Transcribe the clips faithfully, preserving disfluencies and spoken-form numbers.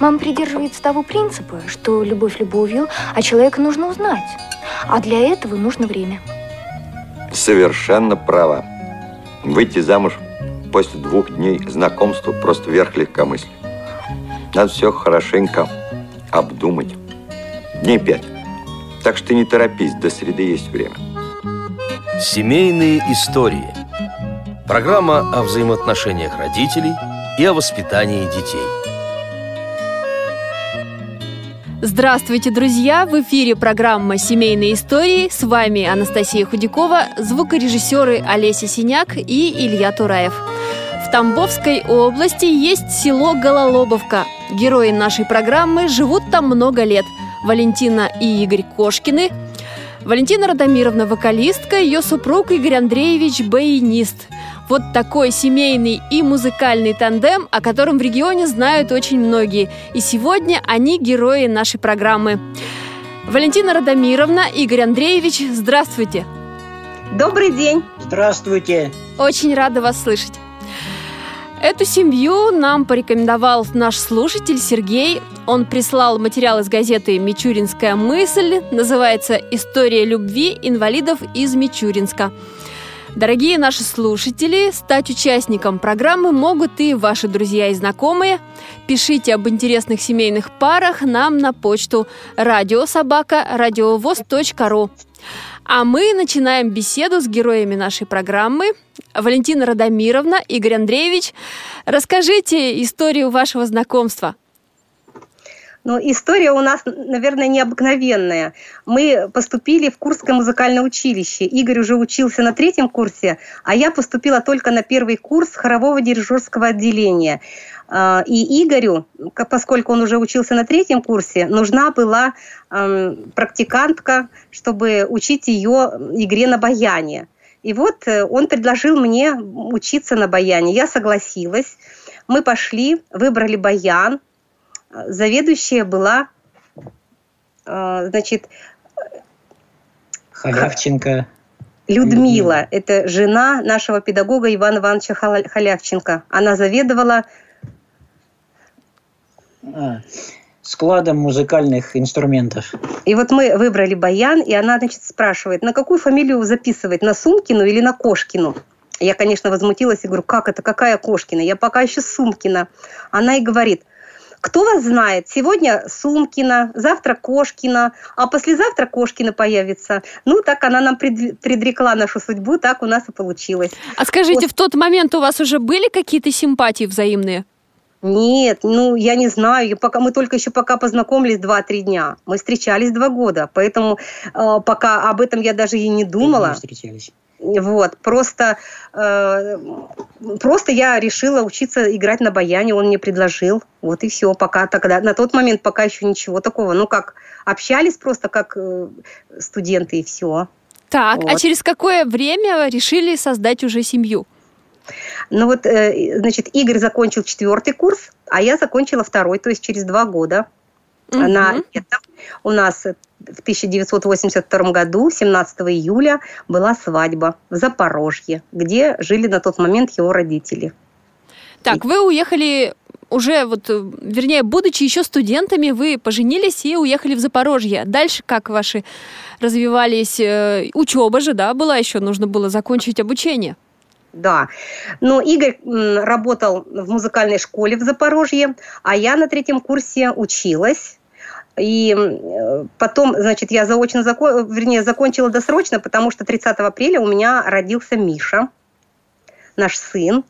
Мама придерживается того принципа, что любовь любовью, а человека нужно узнать. А для этого нужно время. Совершенно права. Выйти замуж после двух дней знакомства просто верх легкомыслия. Надо все хорошенько обдумать. Дней пять. Так что не торопись, до среды есть время. Семейные истории. Программа о взаимоотношениях родителей и о воспитании детей. Здравствуйте, друзья! В эфире программа «Семейные истории». С вами Анастасия Худякова, звукорежиссеры Олеся Синяк и Илья Тураев. В Тамбовской области есть село Гололобовка. Герои нашей программы живут там много лет. Валентина и Игорь Кошкины. Валентина Радомировна – вокалистка, ее супруг Игорь Андреевич – баянист. Вот такой семейный и музыкальный тандем, о котором в регионе знают очень многие. И сегодня они герои нашей программы. Валентина Радомировна, Игорь Андреевич, здравствуйте. Добрый день. Здравствуйте. Очень рада вас слышать. Эту семью нам порекомендовал наш слушатель Сергей. Он прислал материал из газеты «Мичуринская мысль». Называется «История любви инвалидов из Мичуринска». Дорогие наши слушатели, стать участником программы могут и ваши друзья и знакомые. Пишите об интересных семейных парах нам на почту радиособака радиовоз точка ру. А мы начинаем беседу с героями нашей программы. Валентина Радомировна, Игорь Андреевич, расскажите историю вашего знакомства. Ну, история у нас, наверное, необыкновенная. Мы поступили в Курское музыкальное училище. Игорь уже учился на третьем курсе, а я поступила только на первый курс хорового дирижерского отделения. И Игорю, поскольку он уже учился на третьем курсе, нужна была практикантка, чтобы учить ее игре на баяне. И вот он предложил мне учиться на баяне. Я согласилась. Мы пошли, выбрали баян. Заведующая была, значит, Халявченко. Людмила. Это жена нашего педагога Ивана Ивановича Халявченко. Она заведовала а, складом музыкальных инструментов. И вот мы выбрали баян, и она, значит, спрашивает, на какую фамилию записывать, на Сумкину или на Кошкину? Я, конечно, возмутилась и говорю, как это, какая Кошкина? Я пока еще Сумкина. Она и говорит, кто вас знает? Сегодня Сумкина, завтра Кошкина, а послезавтра Кошкина появится. Ну, так она нам предрекла нашу судьбу, так у нас и получилось. А скажите, вот. В тот момент у вас уже были какие-то симпатии взаимные? Нет, ну, я не знаю. Пока, мы только еще пока познакомились два-три дня. Мы встречались два года, поэтому э, пока об этом я даже и не думала. Мы встречались. Вот, просто, э, просто я решила учиться играть на баяне, он мне предложил, вот и все, пока тогда, на тот момент пока еще ничего такого, ну как, общались просто как э, студенты и все. Так, вот. А через какое время решили создать уже семью? Ну вот, э, значит, Игорь закончил четвертый курс, а я закончила второй, то есть через два года. Угу. На лето у нас в тысяча девятьсот восемьдесят втором году, семнадцатого июля, была свадьба в Запорожье, где жили на тот момент его родители. Так, вы уехали уже, вот, вернее, будучи еще студентами, вы поженились и уехали в Запорожье. Дальше как ваши развивались? Учеба же, да, была еще, нужно было закончить обучение. Да, но Игорь работал в музыкальной школе в Запорожье, а я на третьем курсе училась. И потом, значит, я заочно, закон... вернее, закончила досрочно, потому что тридцатого апреля у меня родился Миша, наш сын.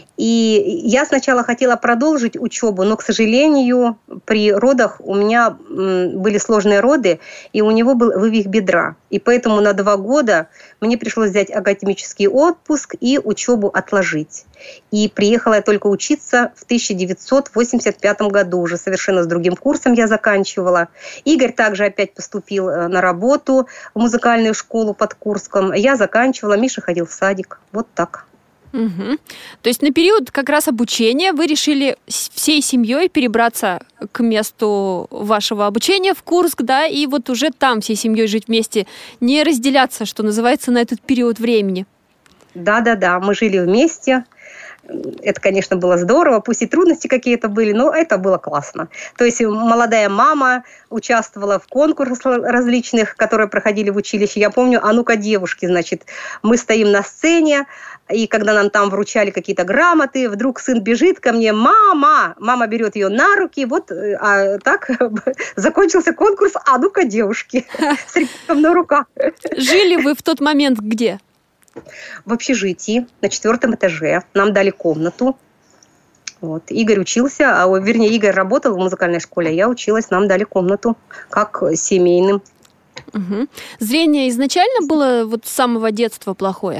И я сначала хотела продолжить учебу, но, к сожалению, при родах у меня были сложные роды, и у него был вывих бедра. И поэтому на два года мне пришлось взять академический отпуск и учебу отложить. И приехала я только учиться в тысяча девятьсот восемьдесят пятом году, уже совершенно с другим курсом я заканчивала. Игорь также опять поступил на работу в музыкальную школу под Курском. Я заканчивала, Миша ходил в садик. Вот так. Угу. То есть на период как раз обучения вы решили всей семьей перебраться к месту вашего обучения в Курск, да, и вот уже там всей семьей жить вместе, не разделяться, что называется, на этот период времени. Да-да-да, мы жили вместе. Это, конечно, было здорово, пусть и трудности какие-то были, но это было классно. То есть молодая мама участвовала в конкурсах различных, которые проходили в училище. Я помню, а ну-ка, девушки, значит, мы стоим на сцене, и когда нам там вручали какие-то грамоты, вдруг сын бежит ко мне: мама! Мама берет ее на руки, вот, а так закончился конкурс «А ну-ка, девушки!» с ребенком на руках. Жили вы в тот момент где? В общежитии на четвертом этаже. Нам дали комнату. Вот. Игорь учился, а, вернее, Игорь работал в музыкальной школе, а я училась, нам дали комнату, как семейным. Угу. Зрение изначально было вот с самого детства плохое?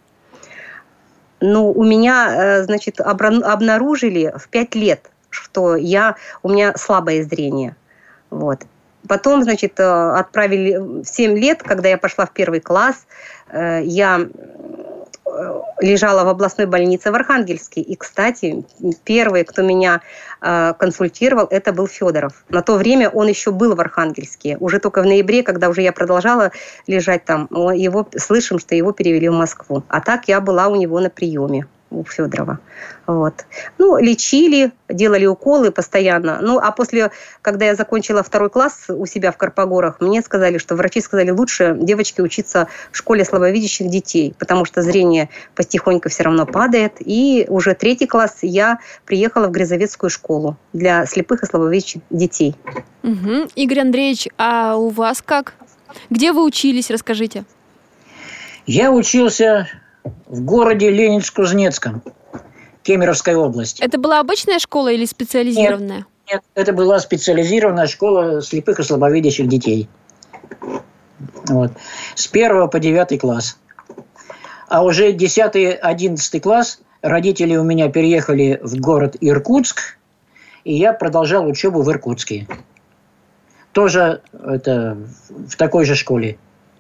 Ну, у меня, значит, обнаружили в пять лет, что я, у меня слабое зрение. Вот. Потом, значит, отправили в семь лет, когда я пошла в первый класс, я лежала в областной больнице в Архангельске. И, кстати, первый, кто меня консультировал, это был Федоров. На то время он еще был в Архангельске. Уже только в ноябре, когда уже я продолжала лежать там, его, слышим, что его перевели в Москву. А так я была у него на приеме. У Федорова. Вот. Ну, лечили, делали уколы постоянно. Ну, а после, когда я закончила второй класс у себя в Карпогорах, мне сказали, что врачи сказали, лучше девочке учиться в школе слабовидящих детей, потому что зрение потихоньку все равно падает. И уже третий класс я приехала в Грязовецкую школу для слепых и слабовидящих детей. Угу. Игорь Андреевич, а у вас как? Где вы учились, расскажите. Я учился в городе Ленинск-Кузнецком, Кемеровской области. Это была обычная школа или специализированная? Нет, нет, это была специализированная школа слепых и слабовидящих детей. Вот. С первого по девятый класс. А уже десятый-одиннадцатый класс родители у меня переехали в город Иркутск, и я продолжал учебу в Иркутске. Тоже это, в такой же школе.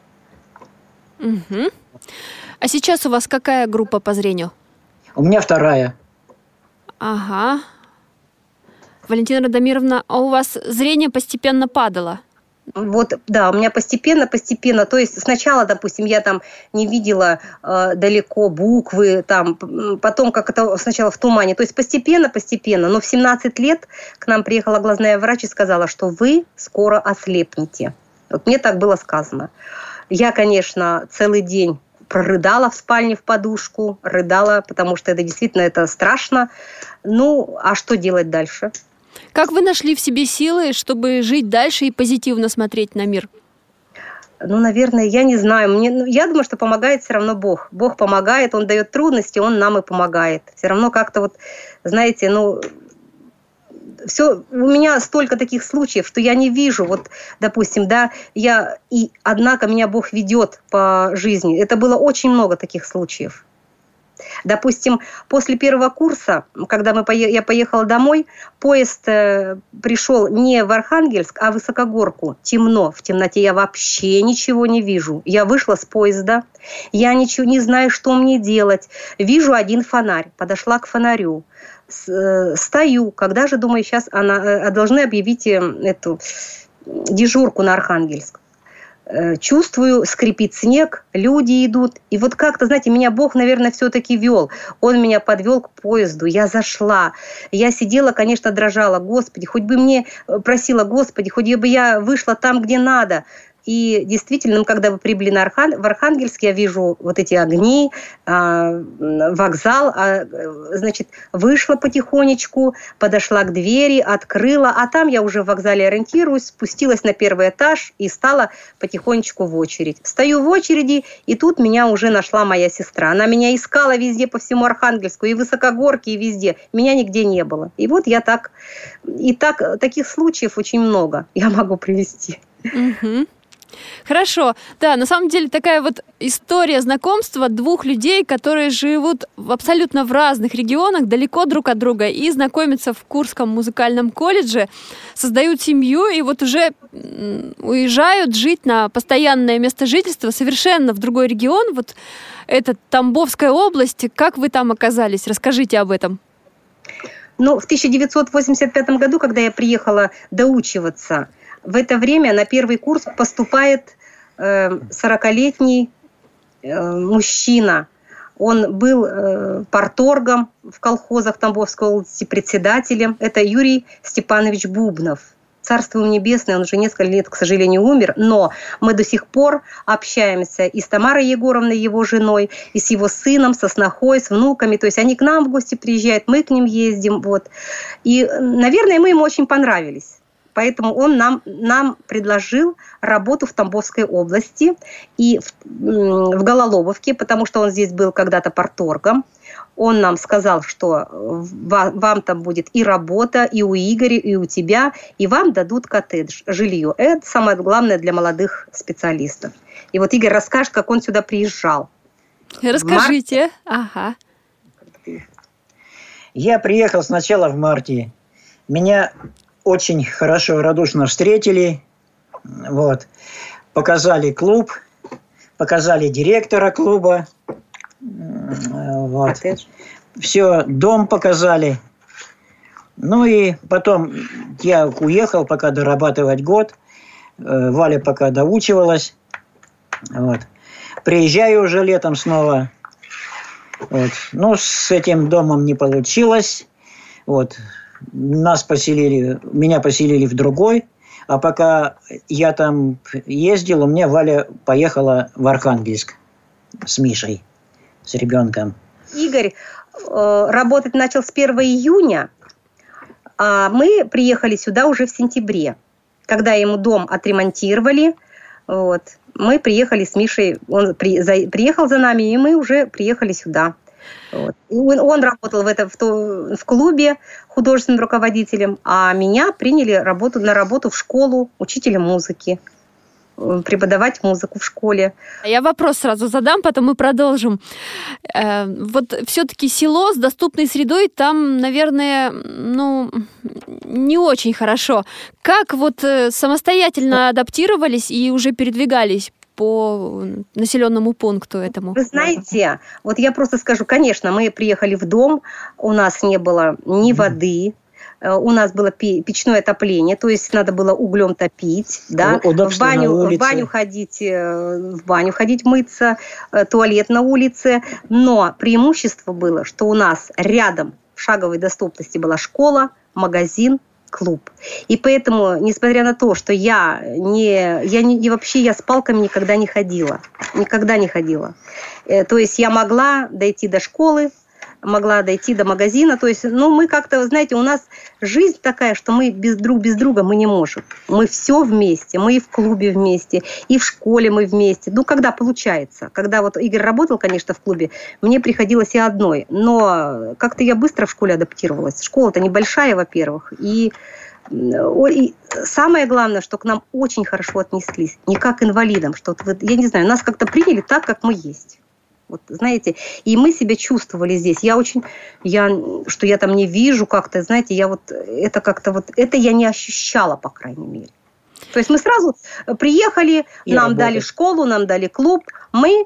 Угу. А сейчас у вас какая группа по зрению? У меня вторая. Ага. Валентина Радомировна, а у вас зрение постепенно падало? Вот, да, у меня постепенно-постепенно. То есть сначала, допустим, я там не видела э, далеко буквы, там, потом как это сначала в тумане. То есть постепенно-постепенно. Но в семнадцать лет к нам приехала глазная врач и сказала, что вы скоро ослепнете. Вот мне так было сказано. Я, конечно, целый день прорыдала в спальне в подушку, рыдала, потому что это действительно это страшно. Ну, а что делать дальше? Как вы нашли в себе силы, чтобы жить дальше и позитивно смотреть на мир? Ну, наверное, я не знаю. Мне, ну, я думаю, что помогает все равно Бог. Бог помогает, Он дает трудности, Он нам и помогает. Все равно как-то вот, знаете, ну... Все, у меня столько таких случаев, что я не вижу, вот, допустим, да, я, и однако меня Бог ведет по жизни. Это было очень много таких случаев. Допустим, после первого курса, когда мы пое- я поехала домой, поезд э, пришел не в Архангельск, а в Высокогорку. Темно, в темноте я вообще ничего не вижу. Я вышла с поезда, я ничего не знаю, что мне делать. Вижу один фонарь, подошла к фонарю. Стою, когда же, думаю, сейчас она, должны объявить эту дежурку на Архангельск. Чувствую, скрипит снег, люди идут. И вот как-то, знаете, меня Бог, наверное, все-таки вел. Он меня подвел к поезду, я зашла. Я сидела, конечно, дрожала. Господи, хоть бы мне просила, Господи, хоть бы я вышла там, где надо. И действительно, когда вы прибыли на Архан... в Архангельск, я вижу вот эти огни, э, вокзал, э, значит, вышла потихонечку, подошла к двери, открыла, а там я уже в вокзале ориентируюсь, спустилась на первый этаж и стала потихонечку в очередь. Стою в очереди, и тут меня уже нашла моя сестра. Она меня искала везде по всему Архангельску, и в Высокогорке, и везде. Меня нигде не было. И вот я так... И так, таких случаев очень много я могу привести. Угу. Хорошо. Да, на самом деле такая вот история знакомства двух людей, которые живут в абсолютно в разных регионах, далеко друг от друга, и знакомятся в Курском музыкальном колледже, создают семью и вот уже уезжают жить на постоянное место жительства совершенно в другой регион. Вот это Тамбовская область. Как вы там оказались? Расскажите об этом. Ну, в тысяча девятьсот восемьдесят пятом году, когда я приехала доучиваться, в это время на первый курс поступает э, сорокалетний э, мужчина. Он был э, парторгом в колхозах Тамбовской области, председателем. Это Юрий Степанович Бубнов. Царство ему небесное, он уже несколько лет, к сожалению, умер, но мы до сих пор общаемся и с Тамарой Егоровной, его женой, и с его сыном, со снохой, с внуками. То есть они к нам в гости приезжают, мы к ним ездим. Вот. И, наверное, мы ему очень понравились. Поэтому он нам, нам предложил работу в Тамбовской области и в, в Гололобовке, потому что он здесь был когда-то парторгом. Он нам сказал, что вам там будет и работа, и у Игоря, и у тебя, и вам дадут коттедж, жилье. Это самое главное для молодых специалистов. И вот Игорь расскажет, как он сюда приезжал. Расскажите. Ага. Я приехал сначала в марте. Меня очень хорошо, радушно встретили. Вот. Показали клуб, показали директора клуба. Вот. Все, дом показали. Ну и потом я уехал пока дорабатывать год. Валя пока доучивалась. Вот. Приезжаю уже летом снова. Вот. Ну, с этим домом не получилось. Вот. Нас поселили, меня поселили в другой. А пока я там ездил, у меня Валя поехала в Архангельск с Мишей, с ребенком. Игорь э, работать начал с первого июня, а мы приехали сюда уже в сентябре. Когда ему дом отремонтировали, вот, мы приехали с Мишей, он при, за, приехал за нами, и мы уже приехали сюда. Вот. Он, он работал в, это, в, то, в клубе художественным руководителем, а меня приняли работу, на работу в школу учителем музыки, преподавать музыку в школе. Я вопрос сразу задам, потом мы продолжим. Э, вот все-таки село с доступной средой, там, наверное, ну, не очень хорошо. Как вот самостоятельно адаптировались и уже передвигались по населенному пункту этому? Вы знаете, вот я просто скажу, конечно, мы приехали в дом, у нас не было ни воды, у нас было печное отопление, то есть надо было углем топить, да, в баню, в баню ходить, в баню ходить мыться, туалет на улице. Но преимущество было, что у нас рядом в шаговой доступности была школа, магазин, клуб. И поэтому, несмотря на то, что я не, я не, и вообще я с палками никогда не ходила, никогда не ходила. То есть я могла дойти до школы, могла дойти до магазина. То есть, ну, мы как-то, знаете, у нас жизнь такая, что мы без друг без друга мы не можем. Мы все вместе, мы и в клубе вместе, и в школе мы вместе. Ну, когда получается. Когда вот Игорь работал, конечно, в клубе, мне приходилось и одной. Но как-то я быстро в школе адаптировалась. Школа-то небольшая, во-первых. И, и самое главное, что к нам очень хорошо отнеслись. Не как инвалидам. Что, я не знаю, нас как-то приняли так, как мы есть. Вот, знаете, и мы себя чувствовали здесь. Я очень, я, что я там не вижу как-то, знаете, я вот это как-то вот, это я не ощущала, по крайней мере. То есть мы сразу приехали, и нам работать. Дали школу, нам дали клуб, мы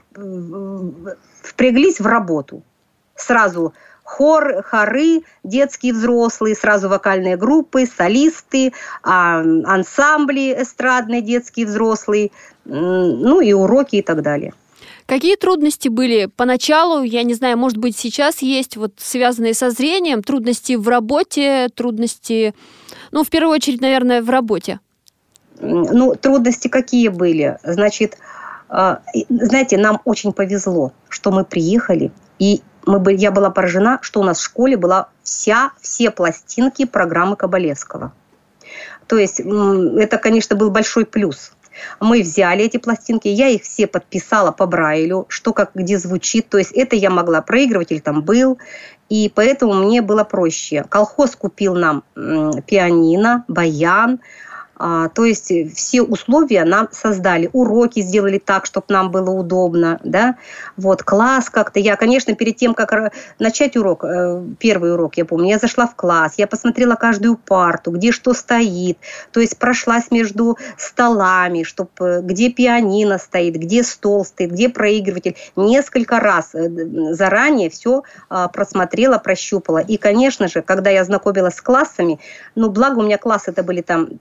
впряглись в работу. Сразу хор, хоры, детские, взрослые, сразу вокальные группы, солисты, ансамбли эстрадные, детские, взрослые, ну и уроки и так далее. Какие трудности были поначалу, я не знаю, может быть, сейчас есть, вот связанные со зрением, трудности в работе, трудности, ну, в первую очередь, наверное, в работе? Ну, трудности какие были? Значит, знаете, нам очень повезло, что мы приехали, и мы были, я была поражена, что у нас в школе была вся, все пластинки программы Кабалевского. То есть это, конечно, был большой плюс. Мы взяли эти пластинки, я их все подписала по Брайлю, что как где звучит. То есть это я могла, проигрыватель там был, и поэтому мне было проще. Колхоз купил нам пианино, баян. А, то есть все условия нам создали. Уроки сделали так, чтобы нам было удобно. Да? Вот, класс как-то. Я, конечно, перед тем, как начать урок, первый урок, я помню, я зашла в класс, я посмотрела каждую парту, где что стоит. То есть прошлась между столами, чтобы, где пианино стоит, где стол стоит, где проигрыватель. Несколько раз заранее все просмотрела, прощупала. И, конечно же, когда я знакомилась с классами, ну, благо у меня классы это были там пятнадцать,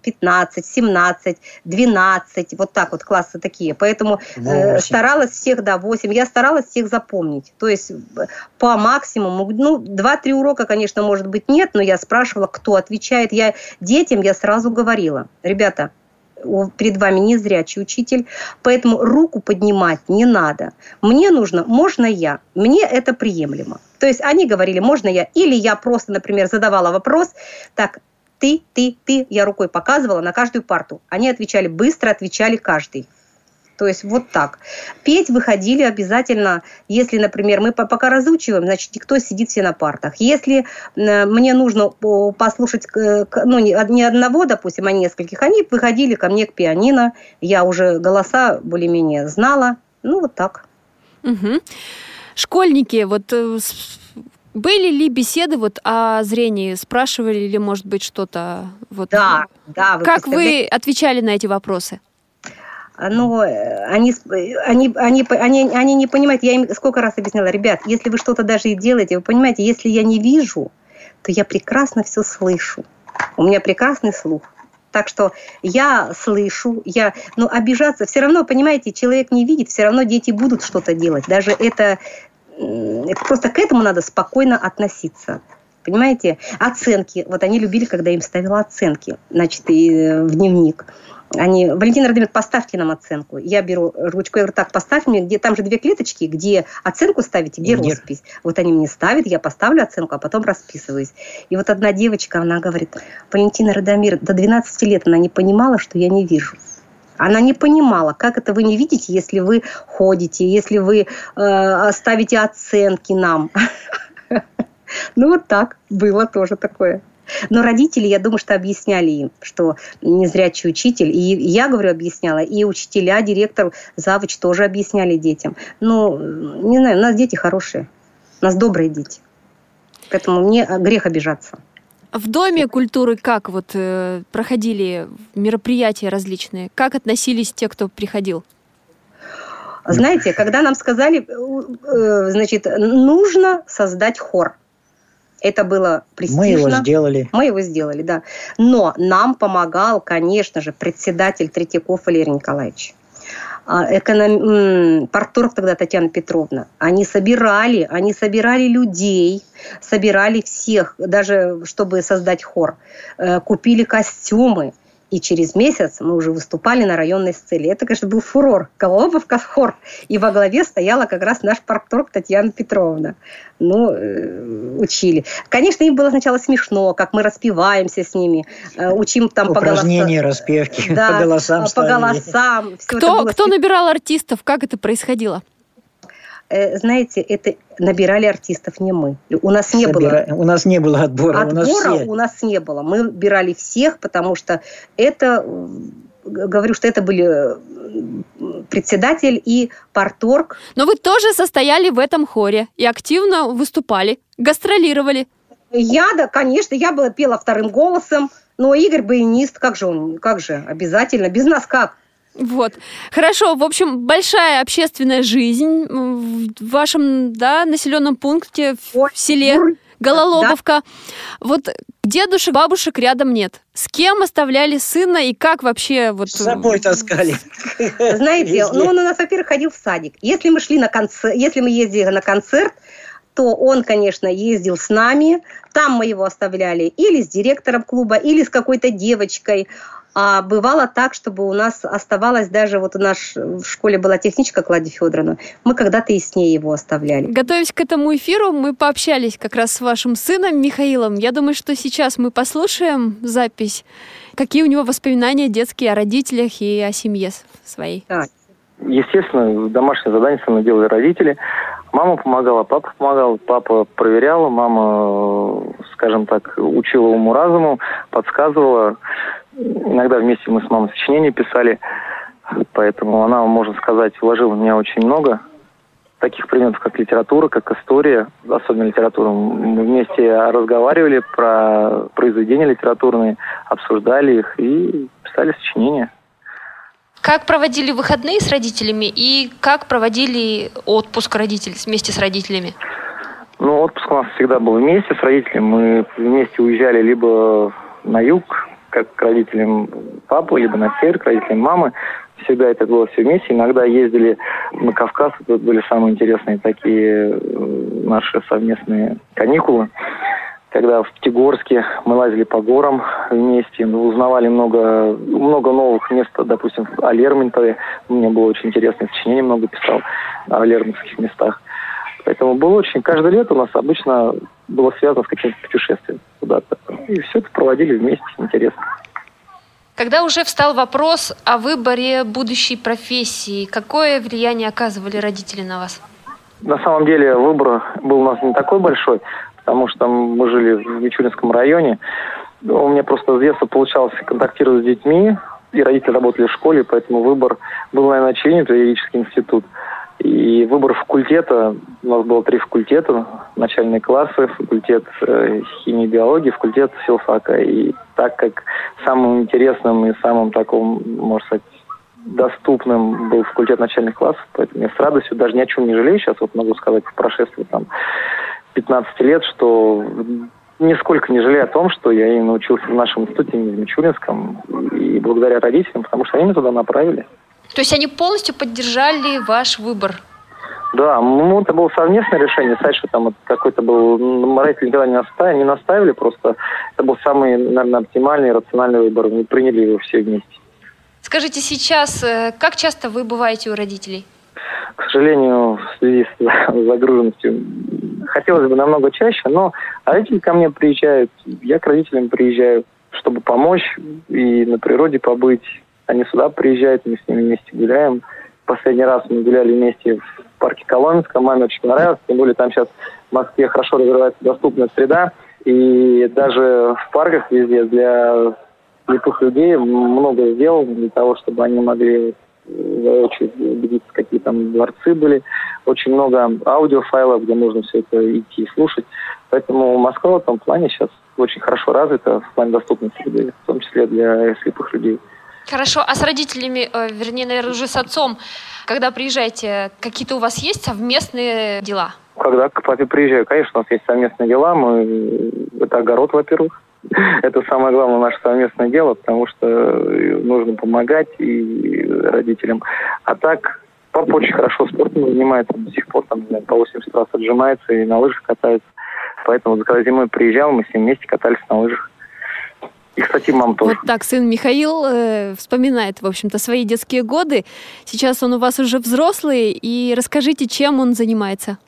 семнадцать, семнадцать, двенадцать, вот так вот классы такие. Поэтому э, старалась всех, да, восемь. Я старалась всех запомнить. То есть по максимуму, ну, два-три урока, конечно, может быть, нет, но я спрашивала, кто отвечает. Я детям я сразу говорила: ребята, перед вами незрячий учитель, поэтому руку поднимать не надо. Мне нужно, можно я, мне это приемлемо. То есть они говорили, можно я, или я просто, например, задавала вопрос, так, ты, ты, ты, я рукой показывала на каждую парту. Они отвечали, быстро отвечали каждый. То есть вот так. Петь выходили обязательно, если, например, мы пока разучиваем, значит, никто сидит все на партах. Если мне нужно послушать, ну, не одного, допустим, а нескольких, они выходили ко мне к пианино, я уже голоса более-менее знала. Ну, вот так. Угу. Школьники, вот были ли беседы вот о зрении? Спрашивали ли, может быть, что-то? Вот, да, да. Вы как вы отвечали на эти вопросы? Но они, они, они, они, они не понимают, я им сколько раз объясняла, ребят, если вы что-то даже и делаете, вы понимаете, если я не вижу, то я прекрасно все слышу. У меня прекрасный слух. Так что я слышу, я, но обижаться, все равно, понимаете, человек не видит, все равно дети будут что-то делать. Даже это, это просто к этому надо спокойно относиться. Понимаете? Оценки. Вот они любили, когда им ставила оценки, значит, и в дневник. Они, Валентина Радомировна, поставьте нам оценку. Я беру ручку, я говорю, так, поставь мне, где, там же две клеточки, где оценку ставите, где Нет. роспись. Вот они мне ставят, я поставлю оценку, а потом расписываюсь. И вот одна девочка, она говорит, Валентина Радомировна, до двенадцати лет она не понимала, что я не вижу. Она не понимала, как это вы не видите, если вы ходите, если вы э, ставите оценки нам. Ну вот так, было тоже такое. Но родители, я думаю, что объясняли им, что незрячий учитель, и я, говорю, объясняла, и учителя, директор, завуч тоже объясняли детям. Ну, не знаю, у нас дети хорошие, у нас добрые дети, поэтому мне грех обижаться. В Доме культуры как вот э, проходили мероприятия различные? Как относились те, кто приходил? Знаете, когда нам сказали, э, значит, нужно создать хор. Это было престижно. Мы его сделали. Мы его сделали, да. Но нам помогал, конечно же, председатель Третьяков Валерий Николаевич. Эконом... Парторг тогда Татьяна Петровна. Они собирали, они собирали людей, собирали всех, даже чтобы создать хор. Купили костюмы. И через месяц мы уже выступали на районной сцене. Это, конечно, был фурор. Голубовка хор. И во главе стояла как раз наш парторг Татьяна Петровна. Ну, учили. Конечно, им было сначала смешно, как мы распеваемся с ними, учим там по голосам. Упражнения, распевки, да, по голосам по ставили. голосам. Кто, кто набирал артистов? Как это происходило? Знаете, это набирали артистов не мы. У нас не Собира... было. У нас не было отбора. Отбора у нас, все... у нас не было. Мы выбирали всех, потому что это, говорю, что это были председатель и парторг. Но вы тоже состояли в этом хоре и активно выступали, гастролировали. Я, да, конечно, я была, пела вторым голосом, но Игорь баянист, как же он, как же, обязательно, без нас как? Вот. Хорошо, в общем, большая общественная жизнь в вашем, да, населенном пункте, в селе Гололобовка. Да. Вот дедушек, бабушек рядом нет. С кем оставляли сына и как вообще? Вот... С собой таскали. Знаете, ну он у нас, во-первых, ходил в садик. Если мы шли на концерт, если мы ездили на концерт, то он, конечно, ездил с нами. Там мы его оставляли или с директором клуба, или с какой-то девочкой. А бывало так, чтобы у нас оставалось даже, вот у нас в школе была техничка Клавдия Федоровна, мы когда-то и с ней его оставляли. Готовясь к этому эфиру, мы пообщались как раз с вашим сыном Михаилом. Я думаю, что сейчас мы послушаем запись. Какие у него воспоминания детские о родителях и о семье своей? Да. Естественно, домашнее задание со мной делали родители. Мама помогала, папа помогал. Папа проверял, мама, скажем так, учила уму-разуму, подсказывала. Иногда вместе мы с мамой сочинения писали, поэтому она, можно сказать, вложила в меня очень много таких предметов, как литература, как история, особенно литература. Мы вместе разговаривали про произведения литературные, обсуждали их и писали сочинения. Как проводили выходные с родителями и как проводили отпуск родителей вместе с родителями? Ну, отпуск у нас всегда был вместе с родителями. Мы вместе уезжали либо на юг, как к родителям папы, либо на север к родителям мамы. Всегда это было все вместе. Иногда ездили на Кавказ. Это были самые интересные такие наши совместные каникулы. Когда в Пятигорске мы лазили по горам вместе, узнавали много, много новых мест, допустим, о Лермонтове. Мне было очень интересно, сочинение много писал о лермонтовских местах. Поэтому было очень... Каждое лето у нас обычно было связано с каким-то путешествием куда-то. И все это проводили вместе, интересно. Когда уже встал вопрос о выборе будущей профессии, какое влияние оказывали родители на вас? На самом деле выбор был у нас не такой большой, потому что мы жили в Мичуринском районе. У меня просто с детства получалось контактировать с детьми, и родители работали в школе, поэтому выбор был, наверное, очевиден, это юридический институт. И выбор факультета, у нас было три факультета, начальные классы, факультет э, химии и биологии, факультет филфака. И так как самым интересным и самым таким, можно сказать, доступным был факультет начальных классов, поэтому я с радостью, даже ни о чем не жалею, сейчас вот могу сказать по прошествии там пятнадцать лет, что нисколько не жалею о том, что я и научился в нашем институте, не в Мичуринском, и благодаря родителям, потому что они меня туда направили. То есть они полностью поддержали ваш выбор? Да, ну, это было совместное решение. Сказать, что там какой-то был... Родители никогда не наставили, не наставили, просто это был самый, наверное, оптимальный, рациональный выбор. Мы приняли его все вместе. Скажите, сейчас как часто вы бываете у родителей? К сожалению, в связи с загруженностью хотелось бы намного чаще, но родители ко мне приезжают, я к родителям приезжаю, чтобы помочь и на природе побыть. Они сюда приезжают, мы с ними вместе гуляем. Последний раз мы гуляли вместе в парке Коломенском. Маме очень понравилось. Тем более там сейчас в Москве хорошо развивается доступная среда. И даже в парках везде для слепых людей много сделал для того, чтобы они могли воочию убедиться, какие там дворцы были. Очень много аудиофайлов, где можно все это идти и слушать. Поэтому Москва в этом плане сейчас очень хорошо развита в плане доступной среды, в том числе для слепых людей. Хорошо, а с родителями, вернее, наверное, уже с отцом, когда приезжаете, какие-то у вас есть совместные дела? Когда к папе приезжаю, конечно, у нас есть совместные дела. Мы... Это огород, во-первых. Это самое главное наше совместное дело, потому что нужно помогать и родителям. А так, папа очень хорошо спортом занимается, до сих пор там, не знаю, по восемьдесят раз отжимается и на лыжах катается. Поэтому, когда зимой приезжал, мы с ним вместе катались на лыжах. И, кстати, мама тоже. Вот так сын Михаил э, вспоминает, в общем-то, свои детские годы. Сейчас он у вас уже взрослый. И расскажите, чем он занимается?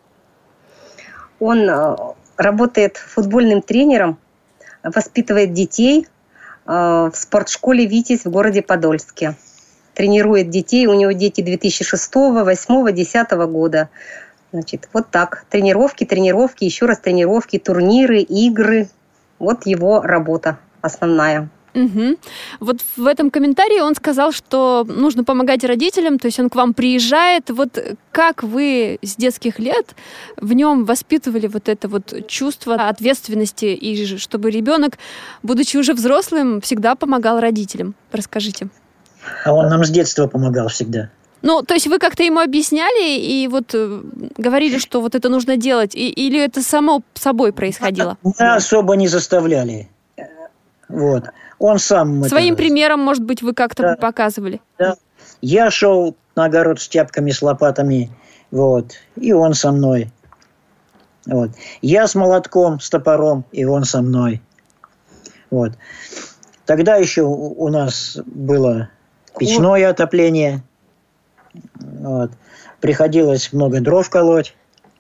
Он э, работает футбольным тренером, воспитывает детей э, в спортшколе «Витязь» в городе Подольске. Тренирует детей. У него дети две тысячи шестого, восьмого, две тысячи десятого года. Значит, вот так. Тренировки, тренировки, еще раз тренировки, турниры, игры. Вот его работа основная. Угу. Вот в этом комментарии он сказал, что нужно помогать родителям, то есть он к вам приезжает. Вот как вы с детских лет в нем воспитывали вот это вот чувство ответственности, и чтобы ребенок, будучи уже взрослым, всегда помогал родителям? Расскажите. А он нам с детства помогал всегда. Ну, то есть вы как-то ему объясняли и вот говорили, что вот это нужно делать, и, или это само собой происходило? Мы особо не заставляли. Вот. Он сам... Своим это... примером, может быть, вы как-то да. показывали? Да. Я шел на огород с тяпками, с лопатами, вот, и он со мной. Вот. Я с молотком, с топором, и он со мной. Вот. Тогда еще у нас было печное отопление. Вот. Приходилось много дров колоть.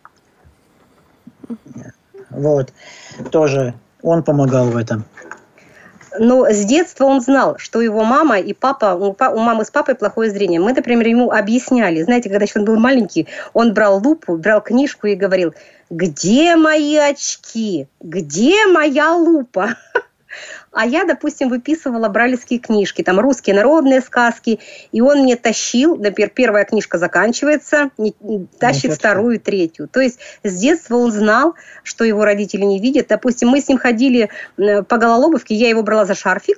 Вот. Тоже он помогал в этом. Но с детства он знал, что его мама и папа, у мамы с папой плохое зрение. Мы, например, ему объясняли. Знаете, когда еще он был маленький, он брал лупу, брал книжку и говорил: «Где мои очки? Где моя лупа?» А я, допустим, выписывала брайлевские книжки, там русские народные сказки, и он мне тащил, например, первая книжка заканчивается, тащит вторую, третью. То есть с детства он знал, что его родители не видят. Допустим, мы с ним ходили по Гололобовке, я его брала за шарфик,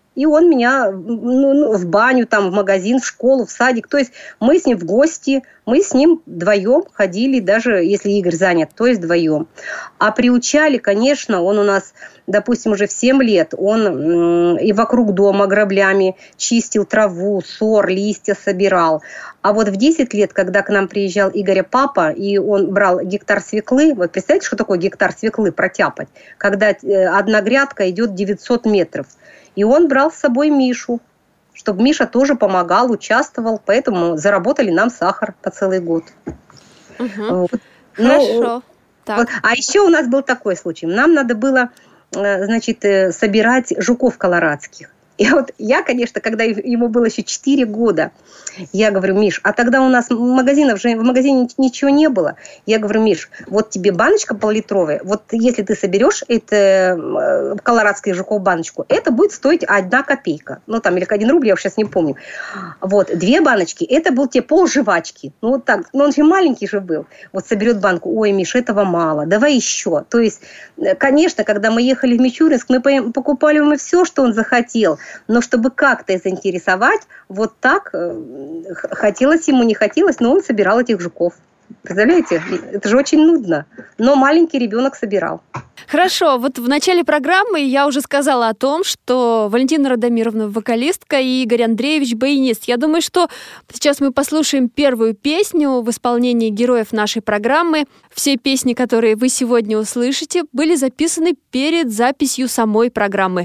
И он меня ну, ну, в баню, там, в магазин, в школу, в садик. То есть мы с ним в гости, мы с ним вдвоем ходили, даже если Игорь занят, то есть вдвоем. А приучали, конечно, он у нас, допустим, уже в семь лет, он и вокруг дома граблями чистил траву, сор, листья собирал. А вот в десять лет, когда к нам приезжал Игоря папа, и он брал гектар свеклы, вот представляете, что такое гектар свеклы протяпать? Когда одна грядка идет девятьсот метров. И он брал с собой Мишу, чтобы Миша тоже помогал, участвовал, поэтому заработали нам сахар по целый год. Угу. Вот. Хорошо. Ну, так. вот. А еще у нас был такой случай. Нам надо было, значит, собирать жуков колорадских. И вот я, конечно, когда ему было еще четыре года, я говорю: Миш, а тогда у нас магазинов же, в магазине ничего не было. Я говорю: Миш, вот тебе баночка пол-литровая, вот если ты соберешь это колорадское жуков баночку, это будет стоить одна копейка. Ну, там, или один рубль, я сейчас не помню. Вот, две баночки, это был тебе пол жвачки. Ну, вот так, ну, он же маленький же был. Вот соберет банку: ой, Миш, этого мало, давай еще. То есть, конечно, когда мы ехали в Мичуринск, мы покупали ему все, что он захотел. Но чтобы как-то заинтересовать, вот так хотелось ему, не хотелось, но он собирал этих жуков. Представляете? Это же очень нудно. Но маленький ребенок собирал. Хорошо, вот в начале программы я уже сказала о том, что Валентина Радомировна вокалистка и Игорь Андреевич баянист. Я думаю, что сейчас мы послушаем первую песню в исполнении героев нашей программы. Все песни, которые вы сегодня услышите, были записаны перед записью самой программы.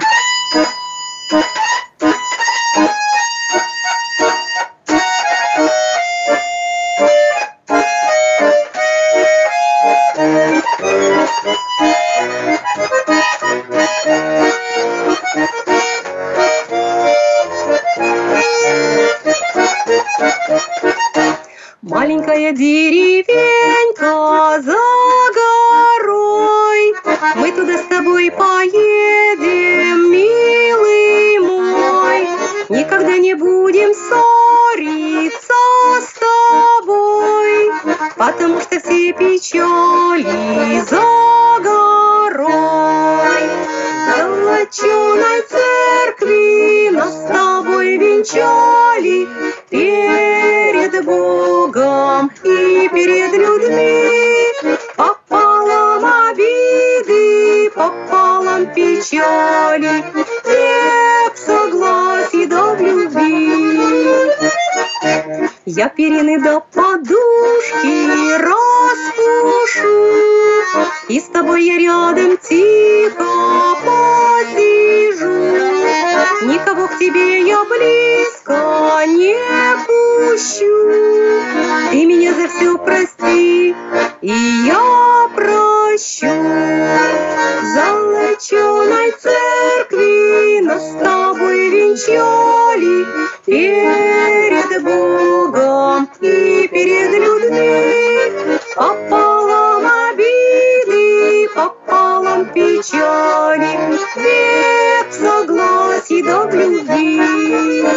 Маленькая деревенька за горой, мы туда с тобой поедем, милый мой. Никогда не будем ссориться с тобой, потому что все печали за горой. В золоченой церкви нас с тобой венчали, перед Богом и перед людьми. Пополам обиды, пополам печали, век согласий да в любви. Я перины до подушки распушу, и с тобой я рядом тихо посижу. Никого к тебе я близко не пущу. Ты меня за все прости, и я прощу. В золоченой церкви нас с тобой венчали, перед Богом и перед людьми. Пополам обиды, пополам печали, век согласий да в любви.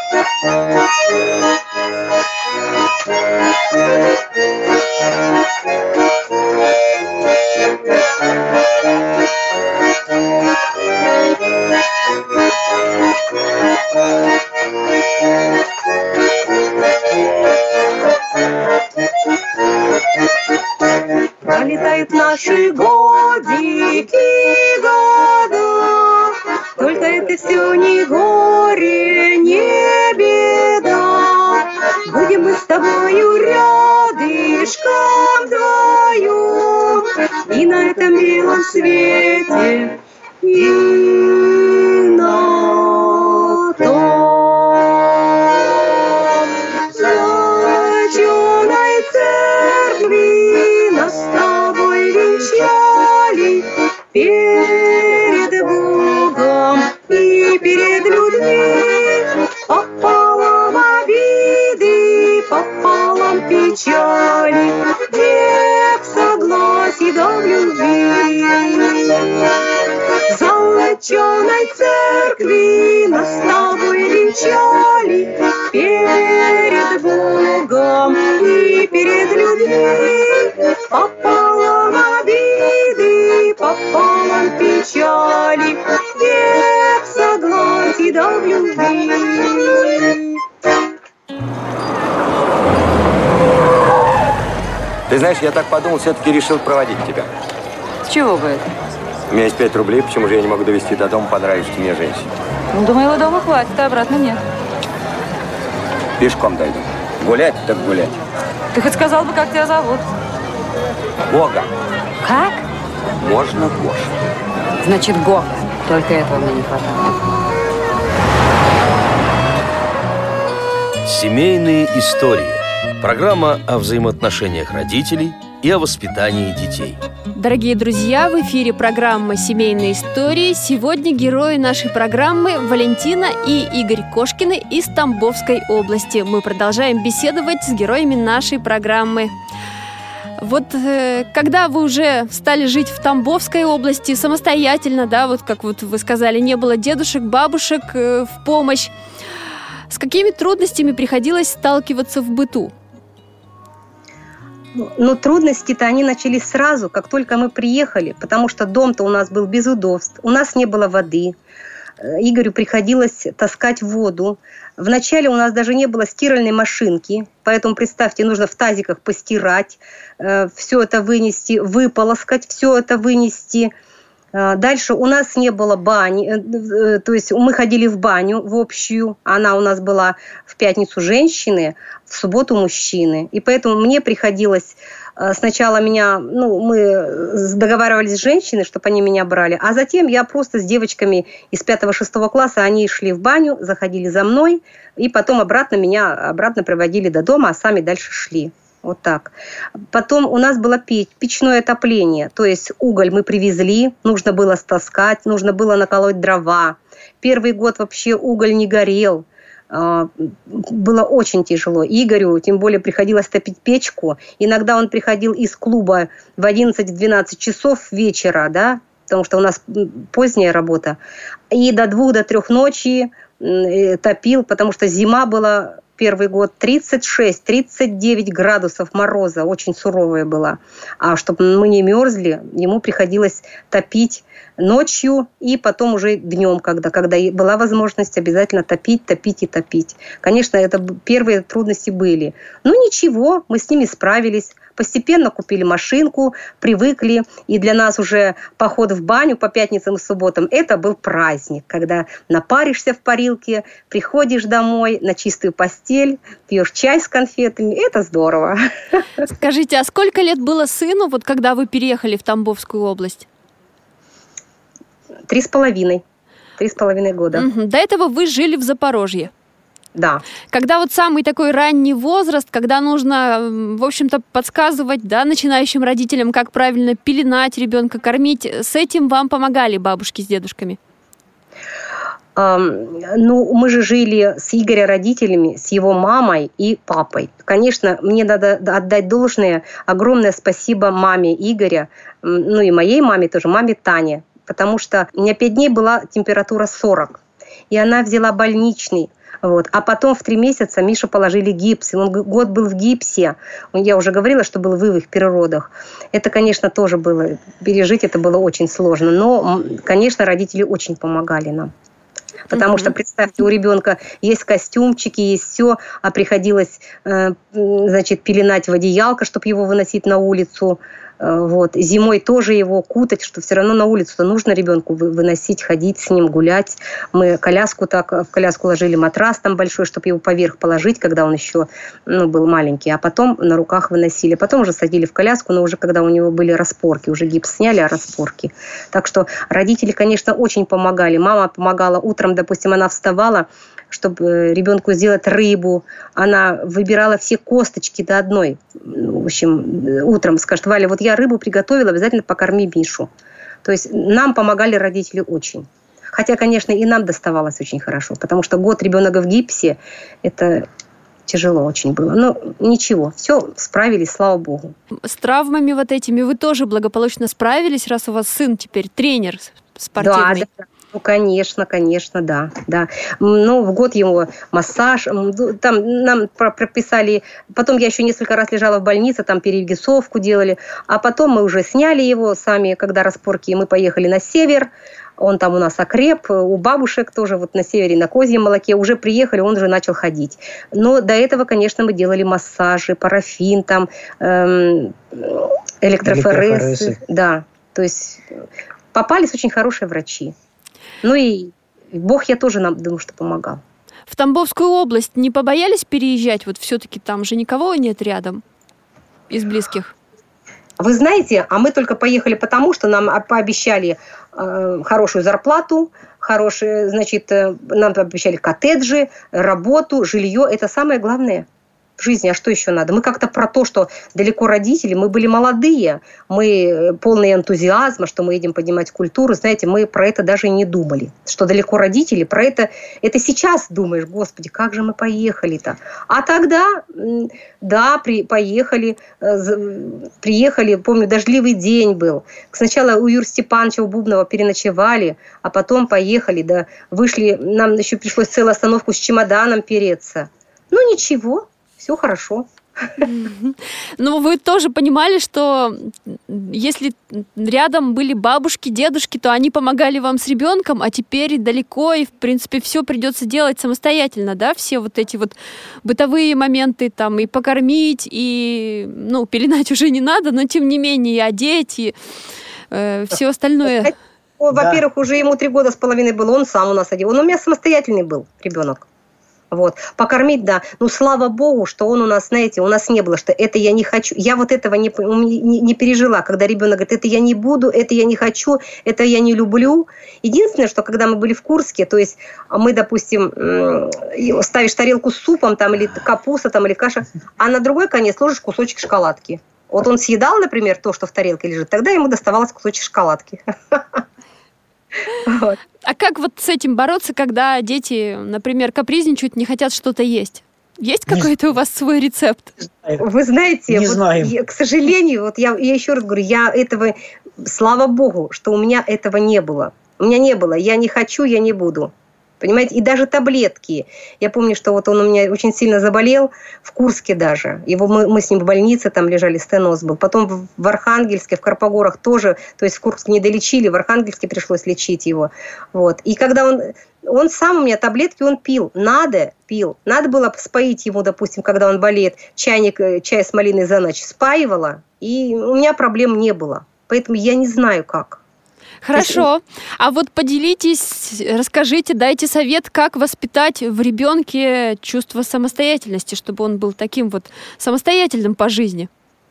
Пролетают наши годики, года, только это все не горе, не беда. Будем мы с тобою рядышком вдвоем, и на этом белом свете, и на том. В золоченой церкви нас с тобой венчали, перед Богом и перед людьми. Пополам обиды, пополам печали, век согласий да в любви. В золоченой церкви видал в любви. Ты знаешь, я так подумал, все-таки решил проводить тебя. С чего бы это? У меня есть пять рублей, почему же я не могу довести до дома понравившейся мне женщине? Ну, до моего дома хватит, а обратно нет. Пешком дойду. Гулять так гулять. Ты хоть сказал бы, как тебя зовут? Гога. Как? Можно Гоша. Значит, Гога. Только этого мне не хватало. Семейные истории. Программа о взаимоотношениях родителей и о воспитании детей. Дорогие друзья, в эфире программа «Семейные истории». Сегодня герои нашей программы Валентина и Игорь Кошкины из Тамбовской области. Мы продолжаем беседовать с героями нашей программы. Вот э, когда вы уже стали жить в Тамбовской области самостоятельно, да, вот как вот вы сказали, не было дедушек, бабушек э, в помощь, с какими трудностями приходилось сталкиваться в быту? Но трудности-то они начались сразу, как только мы приехали, потому что дом-то у нас был без удобств, у нас не было воды. Игорю приходилось таскать воду. Вначале у нас даже не было стиральной машинки, поэтому, представьте, нужно в тазиках постирать, все это вынести, выполоскать, все это вынести. Дальше у нас не было бани, то есть мы ходили в баню в общую, она у нас была в пятницу женщины, в субботу мужчины. И поэтому мне приходилось сначала меня, ну, мы договаривались с женщиной, чтобы они меня брали, а затем я просто с девочками из пятого-шестого класса, они шли в баню, заходили за мной, и потом обратно меня обратно приводили до дома, а сами дальше шли. Вот так. Потом у нас было печь, печное отопление, то есть уголь мы привезли, нужно было стаскать, нужно было наколоть дрова. Первый год вообще уголь не горел, было очень тяжело. Игорю, тем более, приходилось топить печку. Иногда он приходил из клуба в одиннадцать-двенадцать часов вечера, да, потому что у нас поздняя работа, и до двух, до трех ночи топил, потому что зима была. Первый год тридцать шесть - тридцать девять градусов мороза, очень суровая была. А чтобы мы не мерзли, ему приходилось топить ночью и потом уже днем, когда, когда была возможность обязательно топить, топить и топить. Конечно, это первые трудности были. Но ничего, мы с ними справились. Постепенно купили машинку, привыкли, и для нас уже поход в баню по пятницам и субботам – это был праздник, когда напаришься в парилке, приходишь домой на чистую постель, пьешь чай с конфетами, это здорово. Скажите, а сколько лет было сыну, вот когда вы переехали в Тамбовскую область? Три с половиной, три с половиной года. Угу. До этого вы жили в Запорожье. Да. Когда вот самый такой ранний возраст, когда нужно, в общем-то, подсказывать, да, начинающим родителям, как правильно пеленать ребенка, кормить, с этим вам помогали бабушки с дедушками? Um, ну, мы же жили с Игоря родителями, с его мамой и папой. Конечно, мне надо отдать должное, огромное спасибо маме Игоря, ну и моей маме тоже, маме Тане, потому что у меня пять дней была температура сорок, и она взяла больничный. Вот. А потом в три месяца Мишу положили гипс. И он год был в гипсе. Я уже говорила, что был вывих при родах. Это, конечно, тоже было... Пережить это было очень сложно. Но, конечно, родители очень помогали нам. Потому mm-hmm. что, представьте, у ребенка есть костюмчики, есть все, а приходилось, значит, пеленать в одеялко, чтобы его выносить на улицу. Вот. Зимой тоже его кутать, что все равно на улицу-то нужно ребенку выносить, ходить с ним, гулять. Мы коляску так, в коляску ложили матрас там большой, чтобы его поверх положить, когда он еще, ну, был маленький, а потом на руках выносили. Потом уже садили в коляску, но уже когда у него были распорки, уже гипс сняли, а распорки. Так что родители, конечно, очень помогали. Мама помогала утром, допустим, она вставала, чтобы ребенку сделать рыбу. Она выбирала все косточки до одной. В общем, утром скажет: Валя, вот я рыбу приготовила, обязательно покорми Мишу. То есть нам помогали родители очень. Хотя, конечно, и нам доставалось очень хорошо, потому что год ребенка в гипсе, это тяжело очень было. Но ничего, все справились, слава богу. С травмами вот этими вы тоже благополучно справились, раз у вас сын теперь тренер спортивный? Да, да. Ну, конечно, конечно, да, да. Ну, в год ему массаж, там нам прописали, потом я еще несколько раз лежала в больнице, там перевесовку делали, а потом мы уже сняли его сами, когда распорки, мы поехали на север, Он там у нас окреп, у бабушек тоже вот на севере, на козьем молоке. Уже приехали, он уже начал ходить. Но до этого, конечно, мы делали массажи, парафин, там, эм, электрофоресы. электрофоресы. Да, то есть попались очень хорошие врачи. Ну и Бог, я тоже нам, думаю, что помогал. В Тамбовскую область не побоялись переезжать? Вот все-таки там же никого нет рядом из близких. Вы знаете, а мы только поехали потому, что нам пообещали э, хорошую зарплату, хорошие, значит, э, нам пообещали коттеджи, работу, жилье. Это самое главное в жизни. А что еще надо? Мы как-то про то, что далеко родители, мы были молодые, мы полные энтузиазма, что мы едем поднимать культуру. Знаете, мы про это даже и не думали. Что далеко родители, про это, это сейчас думаешь, господи, как же мы поехали-то. А тогда, да, при, поехали, приехали, помню, дождливый день был. Сначала у Юрия Степановича, у Бубнова переночевали, а потом поехали, да, вышли, нам еще пришлось целую остановку с чемоданом переться. Ну, ничего. Все хорошо. Ну, вы тоже понимали, что если рядом были бабушки, дедушки, то они помогали вам с ребенком, а теперь далеко, и, в принципе, все придется делать самостоятельно, да? Все вот эти вот бытовые моменты, там, и покормить, и, ну, пеленать уже не надо, но, тем не менее, и одеть, и э, все остальное. Во-первых, да. Уже ему три года с половиной было, он сам у нас одел. Он у меня самостоятельный был ребенок. Вот. Покормить, да. Ну, слава богу, что он у нас, знаете, у нас не было, что это я не хочу. Я вот этого не, не, не пережила, когда ребенок говорит, это я не буду, это я не хочу, это я не люблю. Единственное, что когда мы были в Курске, то есть мы, допустим, ставишь тарелку с супом, там, или капуста, там, или каша, а на другой конец ложишь кусочек шоколадки. Вот он съедал, например, то, что в тарелке лежит, тогда ему доставалось кусочек шоколадки. Вот. А как вот с этим бороться, когда дети, например, капризничают, не хотят что-то есть? Есть какой-то у вас свой рецепт? Вы знаете, не вот знаем. Я, к сожалению, вот я, я еще раз говорю, я этого, слава богу, что у меня этого не было. У меня не было. Я не хочу, я не буду. Понимаете? И даже таблетки. Я помню, что вот он у меня очень сильно заболел, в Курске даже. Его, мы, мы с ним в больнице там лежали, стеноз был. Потом в, в Архангельске, в Карпогорах тоже, то есть в Курске не долечили, в Архангельске пришлось лечить его. Вот. И когда он, он сам у меня таблетки, он пил. Надо, пил. Надо было споить ему, допустим, когда он болеет, чайник, чай с малиной за ночь спаивала, и у меня проблем не было. Поэтому я не знаю, как. Хорошо. А вот поделитесь, расскажите, дайте совет, как воспитать в ребенке чувство самостоятельности, чтобы он был таким вот самостоятельным по жизни.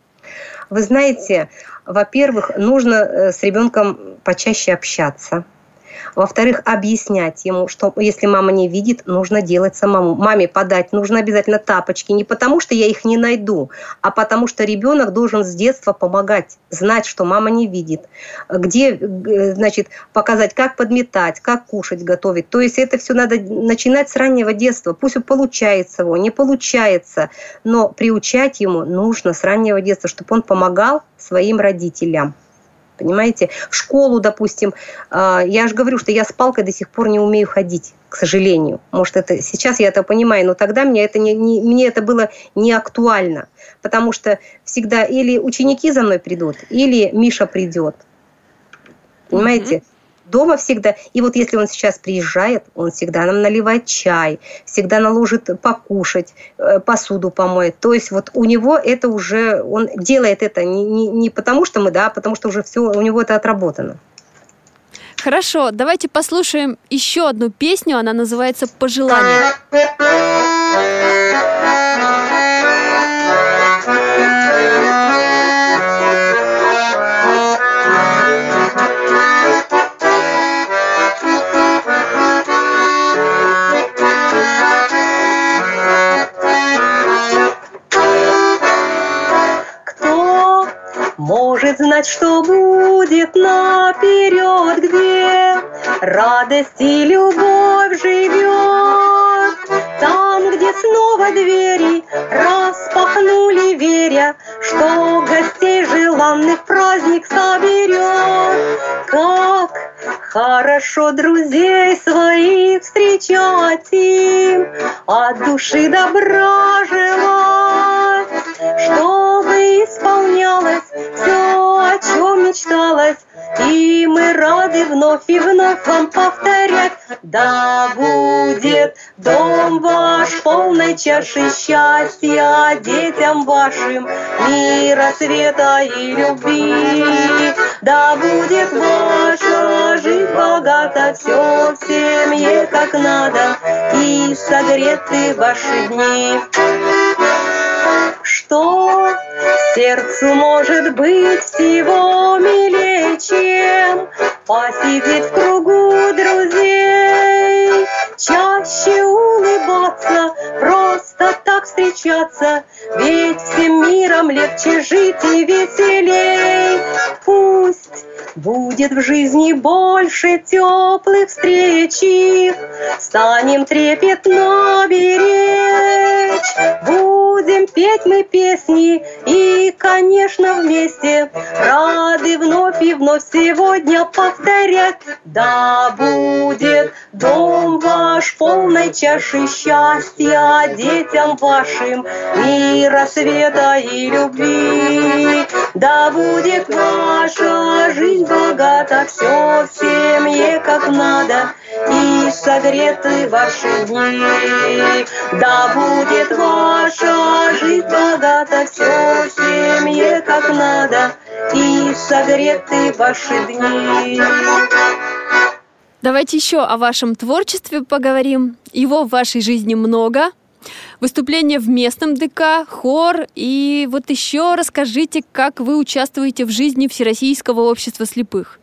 Вы знаете, во-первых, нужно с ребенком почаще общаться. Во-вторых, объяснять ему, что если мама не видит, нужно делать самому. Маме подать нужно обязательно тапочки. Не потому, что я их не найду, а потому, что ребенок должен с детства помогать, знать, что мама не видит. Где, значит, показать, как подметать, как кушать, готовить. То есть это все надо начинать с раннего детства. Пусть получается его, не получается, но приучать ему нужно с раннего детства, чтобы он помогал своим родителям. Понимаете? В школу, допустим, я же говорю, что я с палкой до сих пор не умею ходить, к сожалению. Может, это сейчас я это понимаю, но тогда мне это, не, не, мне это было не актуально. Потому что всегда или ученики за мной придут, или Миша придет. Понимаете? Mm-hmm. Дома всегда. И вот если он сейчас приезжает, он всегда нам наливает чай, всегда наложит покушать, посуду помоет. То есть вот у него это уже, он делает это не, не, не потому, что мы, да, а потому что уже все, у него это отработано. Хорошо, давайте послушаем еще одну песню, она называется «Пожелание». Может знать, что будет наперед, где радость и любовь живет. Там, где снова двери распахнули, веря, что гостей желанных праздник соберет. Как хорошо друзей своих встречать им, от души добра желать, чтобы исполнялось все, о чем мечталось, и мы рады вновь и вновь вам повторять. Да будет дом ваш полной чаши счастья, детям вашим мира, света и любви. Да будет ваша жизнь богата, все в семье как надо, и согреты ваши дни. Что сердцу может быть всего милее, чем посидеть в кругу друзей, чаще улыбаться, просто так встречаться, ведь всем миром легче жить и веселей. Пусть будет в жизни больше теплых встреч, их станем трепетно беречь. Будем петь мы песни и, конечно, вместе рады вновь и вновь сегодня повторять. Да будет дом ваш полной чаши счастья, детям вашим мира, света и любви. Да будет ваша жизнь богата, все в семье как надо, и согреты ваши дни. Да будет ваша жизнь богата, все в семье как надо, и согреты ваши дни. Давайте еще о вашем творчестве поговорим. Его в вашей жизни много. Выступления в местном ДК, хор. И вот еще расскажите, как вы участвуете в жизни Всероссийского общества слепых.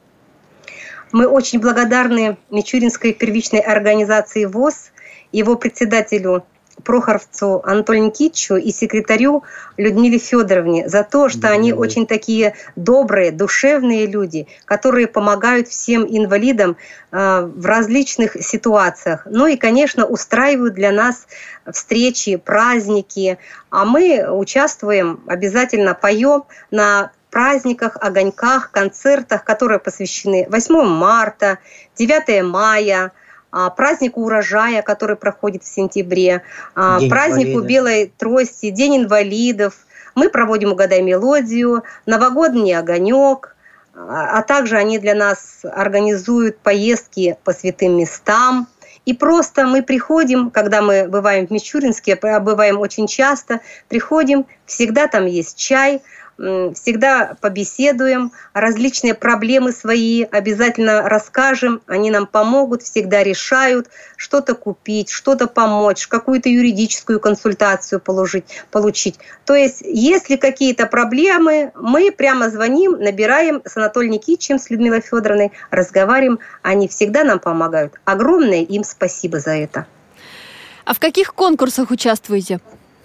Мы очень благодарны Мичуринской первичной организации ВОС, его председателю Прохоровцу Анатолию Никитичу и секретарю Людмиле Федоровне за то, что они очень такие добрые, душевные люди, которые помогают всем инвалидам э, в различных ситуациях. Ну и, конечно, устраивают для нас встречи, праздники. А мы участвуем, обязательно поем на праздниках, огоньках, концертах, которые посвящены восьмому марта, девятому мая, празднику урожая, который проходит в сентябре, День празднику инвалида. Белой трости, День инвалидов. Мы проводим «Угадай мелодию», новогодний огонек, а также они для нас организуют поездки по святым местам. И просто мы приходим, когда мы бываем в Мичуринске, бываем очень часто, приходим, всегда там есть чай, всегда побеседуем, различные проблемы свои обязательно расскажем, они нам помогут, всегда решают, что-то купить, что-то помочь, какую-то юридическую консультацию получить. получить. То есть, если какие-то проблемы, мы прямо звоним, набираем с Анатолием Никитичем, с Людмилой Федоровной, разговариваем, они всегда нам помогают. Огромное им спасибо за это. А в каких конкурсах участвуете?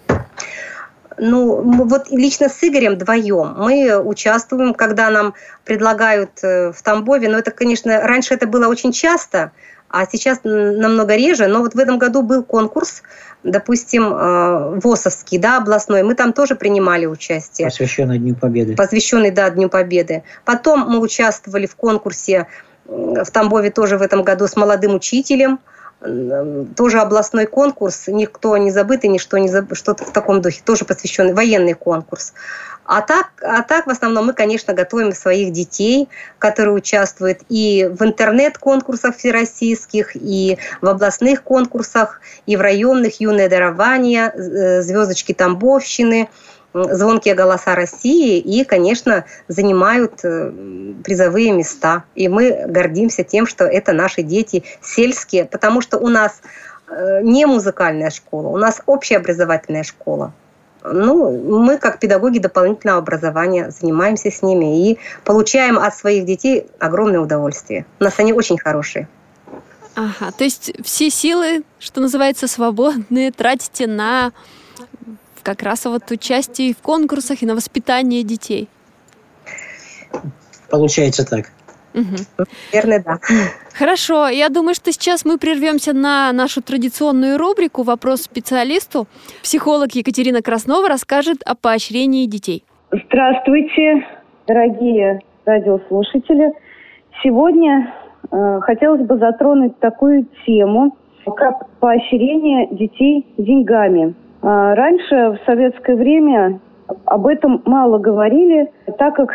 Ну, вот лично с Игорем вдвоем мы участвуем, когда нам предлагают в Тамбове. Но это, конечно, раньше это было очень часто, а сейчас намного реже. Но вот в этом году был конкурс, допустим, ВОСовский, да, областной. Мы там тоже принимали участие. Посвященный Дню Победы. Посвященный, да, Дню Победы. Потом мы участвовали в конкурсе в Тамбове тоже в этом году с молодым учителем. Тоже областной конкурс, никто не забытый, ничто не забыто, что-то в таком духе, тоже посвященный, военный конкурс. А так, а так в основном мы, конечно, готовим своих детей, которые участвуют и в интернет-конкурсах всероссийских, и в областных конкурсах, и в районных «Юное дарование», «Звездочки Тамбовщины», «Звонкие голоса России» и, конечно, занимают призовые места. И мы гордимся тем, что это наши дети сельские, потому что у нас не музыкальная школа, у нас общеобразовательная школа. Ну, мы, как педагоги дополнительного образования, занимаемся с ними и получаем от своих детей огромное удовольствие. У нас они очень хорошие. Ага, то есть все силы, что называется, свободные, тратите на как раз вот участие в конкурсах и на воспитание детей. Получается так. Угу. Наверное, да. Хорошо, я думаю, что сейчас мы прервемся на нашу традиционную рубрику «Вопрос специалисту». Психолог Екатерина Краснова расскажет о поощрении детей. Здравствуйте, дорогие радиослушатели. Сегодня э, хотелось бы затронуть такую тему, как поощрение детей деньгами. Раньше, в советское время, об этом мало говорили, так как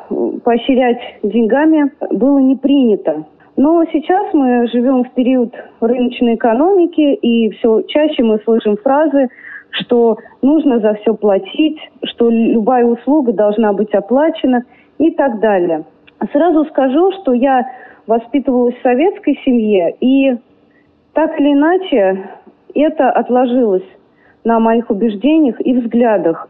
поощрять деньгами было не принято. Но сейчас мы живем в период рыночной экономики, и все чаще мы слышим фразы, что нужно за все платить, что любая услуга должна быть оплачена и так далее. Сразу скажу, что я воспитывалась в советской семье, и так или иначе это отложилось на моих убеждениях и взглядах.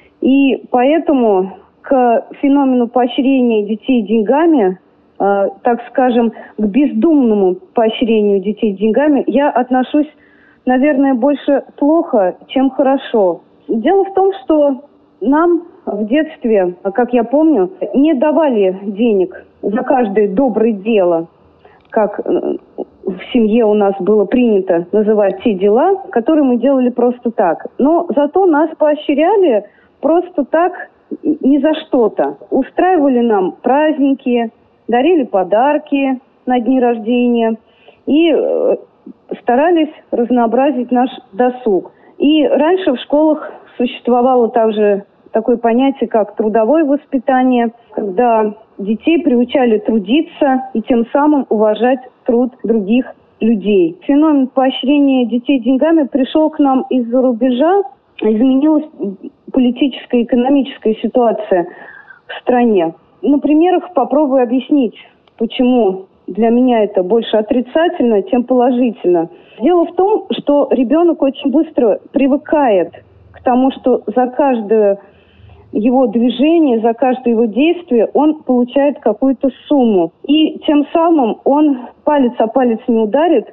И поэтому к феномену поощрения детей деньгами, э, так скажем, к бездумному поощрению детей деньгами, я отношусь, наверное, больше плохо, чем хорошо. Дело в том, что нам в детстве, как я помню, не давали денег за каждое доброе дело, как в семье у нас было принято называть те дела, которые мы делали просто так. Но зато нас поощряли просто так, не за что-то. Устраивали нам праздники, дарили подарки на дни рождения и э, старались разнообразить наш досуг. И раньше в школах существовало также такое понятие, как трудовое воспитание, когда детей приучали трудиться и тем самым уважать труд других людей. Феномен поощрения детей деньгами пришел к нам из-за рубежа. Изменилась политическая и экономическая ситуация в стране. На примерах попробую объяснить, почему для меня это больше отрицательно, чем положительно. Дело в том, что ребенок очень быстро привыкает к тому, что за каждое его движение, за каждое его действие он получает какую-то сумму. И тем самым он палец о палец не ударит,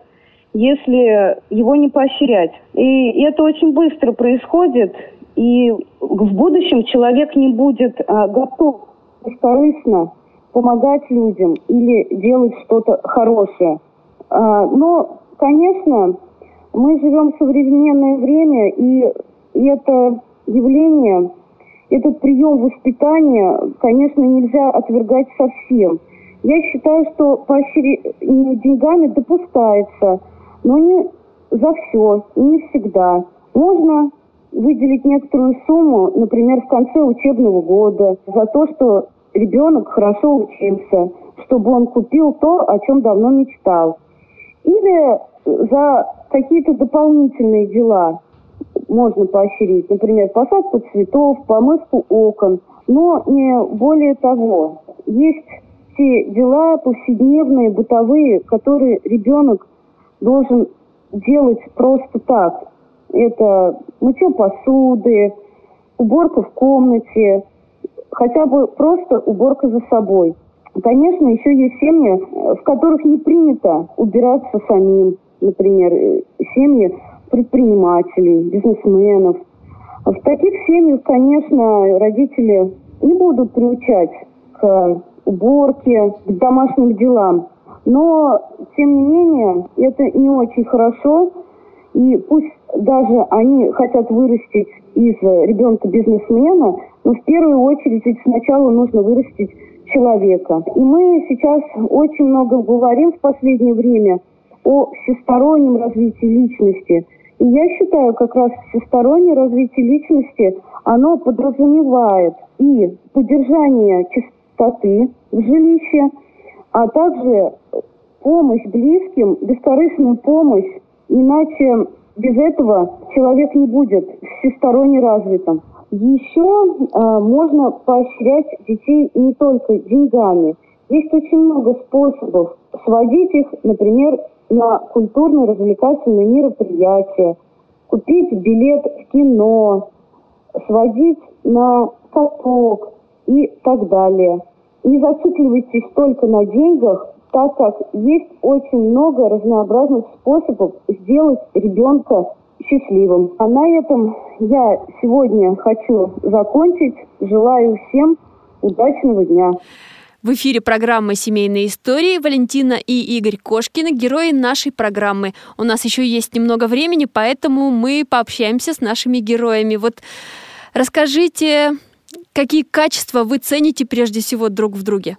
если его не поощрять. И это очень быстро происходит, и в будущем человек не будет а, готов бескорыстно помогать людям или делать что-то хорошее. А, но, конечно, мы живем в современное время, и это явление, этот прием воспитания, конечно, нельзя отвергать совсем. Я считаю, что поощрение деньгами допускается, но не за все, не всегда. Можно выделить некоторую сумму, например, в конце учебного года, за то, что ребенок хорошо учился, чтобы он купил то, о чем давно мечтал. Или за какие-то дополнительные дела можно поощрить, например, посадку цветов, помывку окон, но не более того. Есть те дела повседневные, бытовые, которые ребенок должен делать просто так. Это мытье посуды, уборка в комнате, хотя бы просто уборка за собой. Конечно, еще есть семьи, в которых не принято убираться самим. Например, семьи предпринимателей, бизнесменов. В таких семьях, конечно, родители не будут приучать к уборке, к домашним делам. Но, тем не менее, это не очень хорошо. И пусть даже они хотят вырастить из ребенка бизнесмена, но в первую очередь ведь сначала нужно вырастить человека. И мы сейчас очень много говорим в последнее время о всестороннем развитии личности. И я считаю, как раз всестороннее развитие личности, оно подразумевает и поддержание чистоты в жилище, а также помощь близким, бескорыстную помощь. Иначе без этого человек не будет всесторонне развитым. Еще э, можно поощрять детей не только деньгами. Есть очень много способов сводить их, например, на культурно-развлекательные мероприятия, купить билет в кино, сводить на каток и так далее. Не зацикливайтесь только на деньгах, так как есть очень много разнообразных способов сделать ребенка счастливым. А на этом я сегодня хочу закончить. Желаю всем удачного дня. В эфире программа «Семейные истории». Валентина и Игорь Кошкины, герои нашей программы. У нас еще есть немного времени, поэтому мы пообщаемся с нашими героями. Вот расскажите, какие качества вы цените прежде всего друг в друге?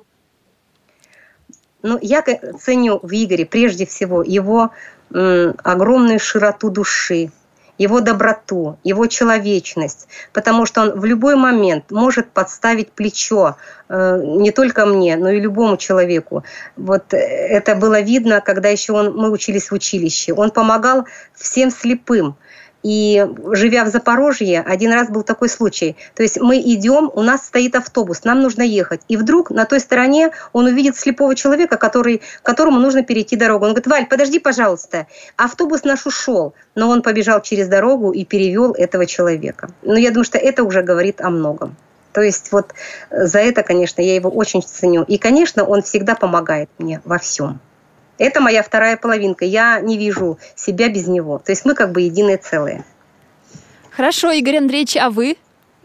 Ну, я ценю в Игоре прежде всего его м, огромную широту души, его доброту, его человечность, потому что он в любой момент может подставить плечо э, не только мне, но и любому человеку. Вот это было видно, когда еще он, мы учились в училище. Он помогал всем слепым. И живя в Запорожье, один раз был такой случай. То есть мы идем, у нас стоит автобус, нам нужно ехать. И вдруг на той стороне он увидит слепого человека, который, которому нужно перейти дорогу. Он говорит: Валь, подожди, пожалуйста. Автобус наш ушел. Но он побежал через дорогу и перевел этого человека. Но я думаю, что это уже говорит о многом. То есть вот за это, конечно, я его очень ценю. И, конечно, он всегда помогает мне во всем. Это моя вторая половинка. Я не вижу себя без него. То есть мы как бы единое целое. Хорошо, Игорь Андреевич, а вы?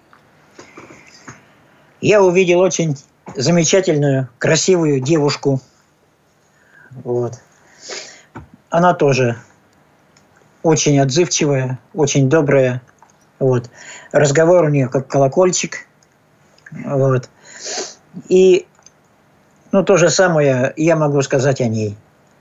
Я увидел очень замечательную, красивую девушку. Вот. Она тоже очень отзывчивая, очень добрая. Вот. Разговор у нее как колокольчик. Вот. И ну, то же самое я могу сказать о ней.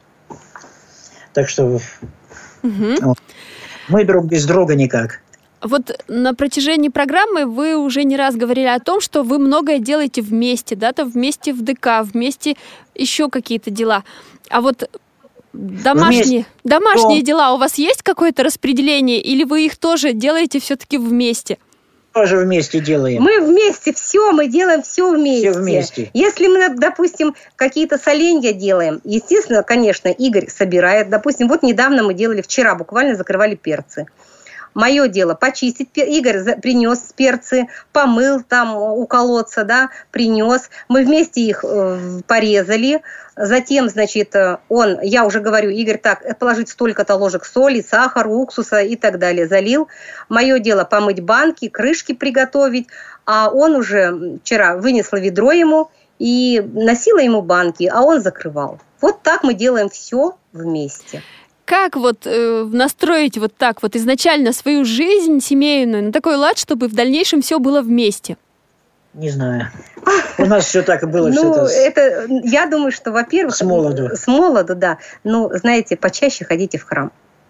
Так что угу. вот. Мы друг без друга никак. Вот на протяжении программы вы уже не раз говорили о том, что вы многое делаете вместе, да, там вместе в ДК, вместе еще какие-то дела. А вот домашние, домашние дела у вас есть какое-то распределение, или вы их тоже делаете все-таки вместе? Тоже вместе делаем. Мы вместе, все, мы делаем все вместе. Все вместе. Если мы, допустим, какие-то соленья делаем, естественно, конечно, Игорь собирает. Допустим, вот недавно мы делали, вчера буквально закрывали перцы. Мое дело почистить. Игорь принес перцы, помыл там у колодца, да, принес. Мы вместе их э, порезали. Затем, значит, он, я уже говорю, Игорь, так, положить столько-то ложек соли, сахара, уксуса и так далее. Залил. Мое дело помыть банки, крышки приготовить. А он уже вчера вынесла ведро ему и носила ему банки, а он закрывал. Вот так мы делаем все вместе. Как вот э, настроить вот так вот изначально свою жизнь семейную на такой лад, чтобы в дальнейшем все было вместе? Не знаю. У нас все так и было. Ну, это, я думаю, что, во-первых... С молоду. С молоду, да. Ну, знаете, почаще ходите в храм.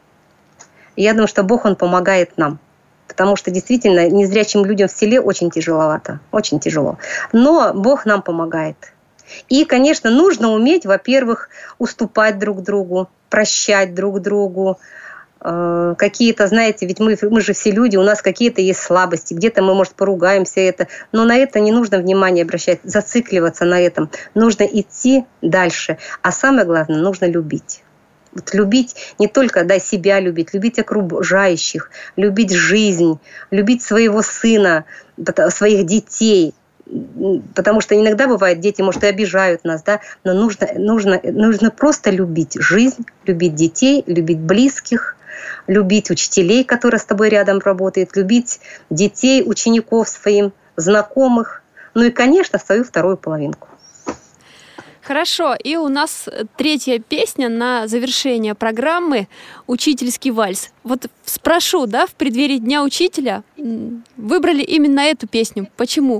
Я думаю, что Бог, Он помогает нам. Потому что, действительно, незрячим людям в селе очень тяжеловато. Очень тяжело. Но Бог нам помогает. И, конечно, нужно уметь, во-первых, уступать друг другу, прощать друг другу. Э, какие-то, знаете, ведь мы, мы же все люди, у нас какие-то есть слабости, где-то мы, может, поругаемся, это, но на это не нужно внимание обращать, зацикливаться на этом. Нужно идти дальше. А самое главное, нужно любить. Вот любить не только, да, себя любить, любить окружающих, любить жизнь, любить своего сына, своих детей. Потому что иногда бывает, дети, может, и обижают нас, да, но нужно, нужно, нужно просто любить жизнь, любить детей, любить близких, любить учителей, которые с тобой рядом работают, любить детей, учеников своим, знакомых, ну и, конечно, свою вторую половинку. Хорошо, и у нас третья песня на завершение программы «Учительский вальс». Вот спрошу, да, в преддверии Дня учителя выбрали именно эту песню. Почему?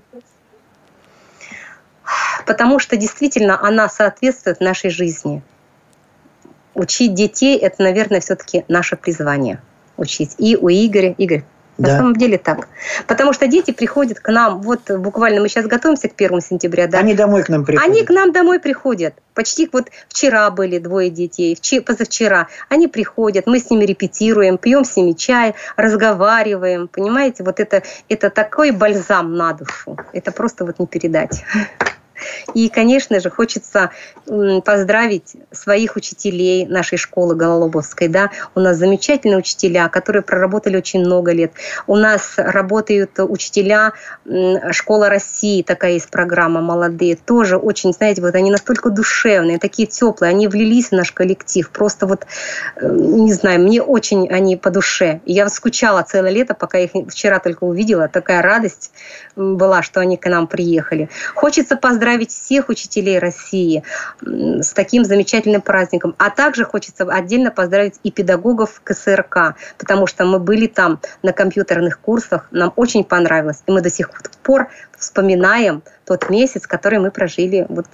Потому что действительно она соответствует нашей жизни. Учить детей – это, наверное, все-таки наше призвание. Учить. И у Игоря. Игорь, да. На самом деле так. Потому что дети приходят к нам, вот буквально мы сейчас готовимся к первому сентября. Да? Они домой к нам приходят. Они к нам домой приходят. Почти вот вчера были двое детей, позавчера. Они приходят, мы с ними репетируем, пьем с ними чай, разговариваем. Понимаете, вот это, это такой бальзам на душу. Это просто вот не передать. И, конечно же, хочется поздравить своих учителей нашей школы Гололобовской. Да? У нас замечательные учителя, которые проработали очень много лет. У нас работают учителя «Школа России», такая есть программа «Молодые». Тоже очень, знаете, вот они настолько душевные, такие теплые. Они влились в наш коллектив. Просто вот, не знаю, мне очень они по душе. Я скучала целое лето, пока их вчера только увидела. Такая радость была, что они к нам приехали. Хочется поздравить Поздравить всех учителей России с таким замечательным праздником. А также хочется отдельно поздравить и педагогов ка эс эр ка, потому что мы были там на компьютерных курсах, нам очень понравилось. И мы до сих пор вспоминаем тот месяц, который мы прожили, вот,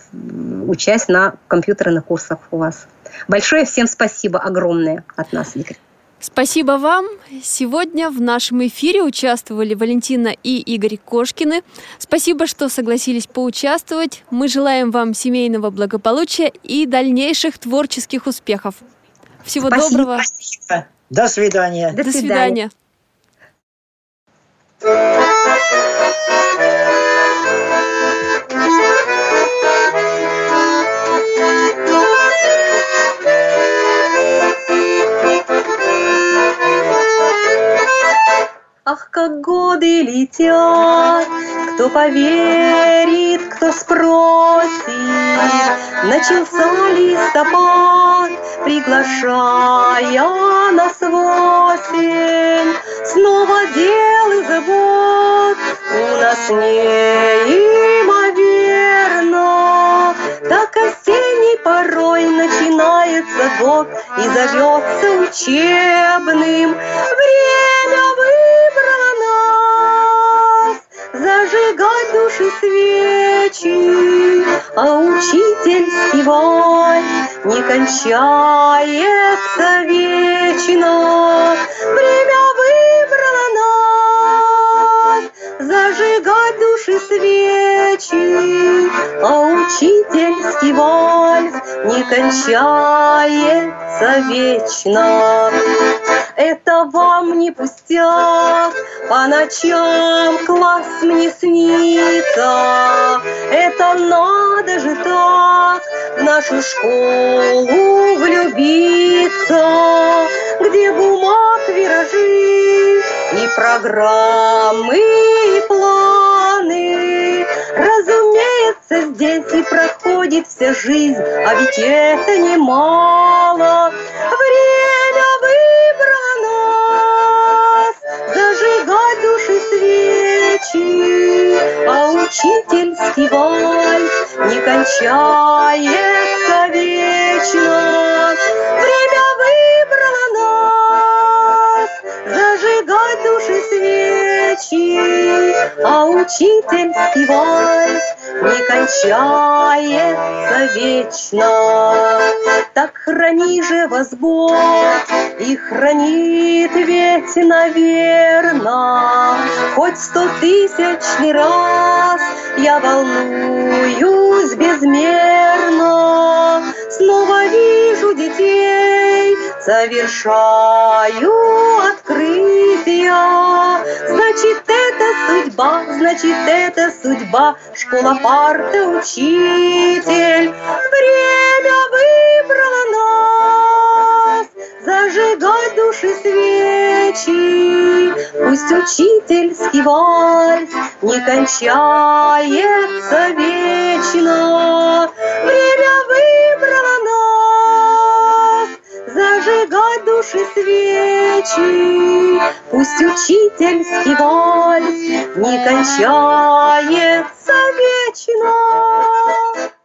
учась на компьютерных курсах у вас. Большое всем спасибо огромное от нас, Игорь. Спасибо вам. Сегодня в нашем эфире участвовали Валентина и Игорь Кошкины. Спасибо, что согласились поучаствовать. Мы желаем вам семейного благополучия и дальнейших творческих успехов. Всего Спасибо. доброго. Спасибо. До свидания. До До свидания. свидания. Ах, как годы летят, кто поверит, кто спросит, начался листопад, приглашая нас в осень. Снова дел и забот у нас неимоверно, так осенний порой начинается год и зовется учебным. Время выбрало нас зажигать души свечи, а учительский вальс не кончается вечно. Время выбрало нас зажигать души свечи, а учительский вальс не кончается вечно. Это вам не пустяк, по ночам класс мне снится. Это надо же так в нашу школу влюбиться, где бумаг виражи и программы, и планы. Разумеется, здесь и проходит вся жизнь, а ведь это немало. Время выбрало нас зажигать души свечи, а учительский вальс не кончается вечно. Время выбрало нас зажигать души свечи, а учительский вальс не кончается вечно. Так храни же вас Бог, и хранит ведь, наверно, хоть сто тысячный раз я волнуюсь безмерно. Снова вижу детей, совершаю открытия. Значит, это судьба, значит, это судьба, школа, парта, учитель. Время выбрало нас зажигать души свечи, пусть учительский вальс не кончается вечно. Время выбрало нас зажигать души свечи, пусть учительский вальс не кончается вечно.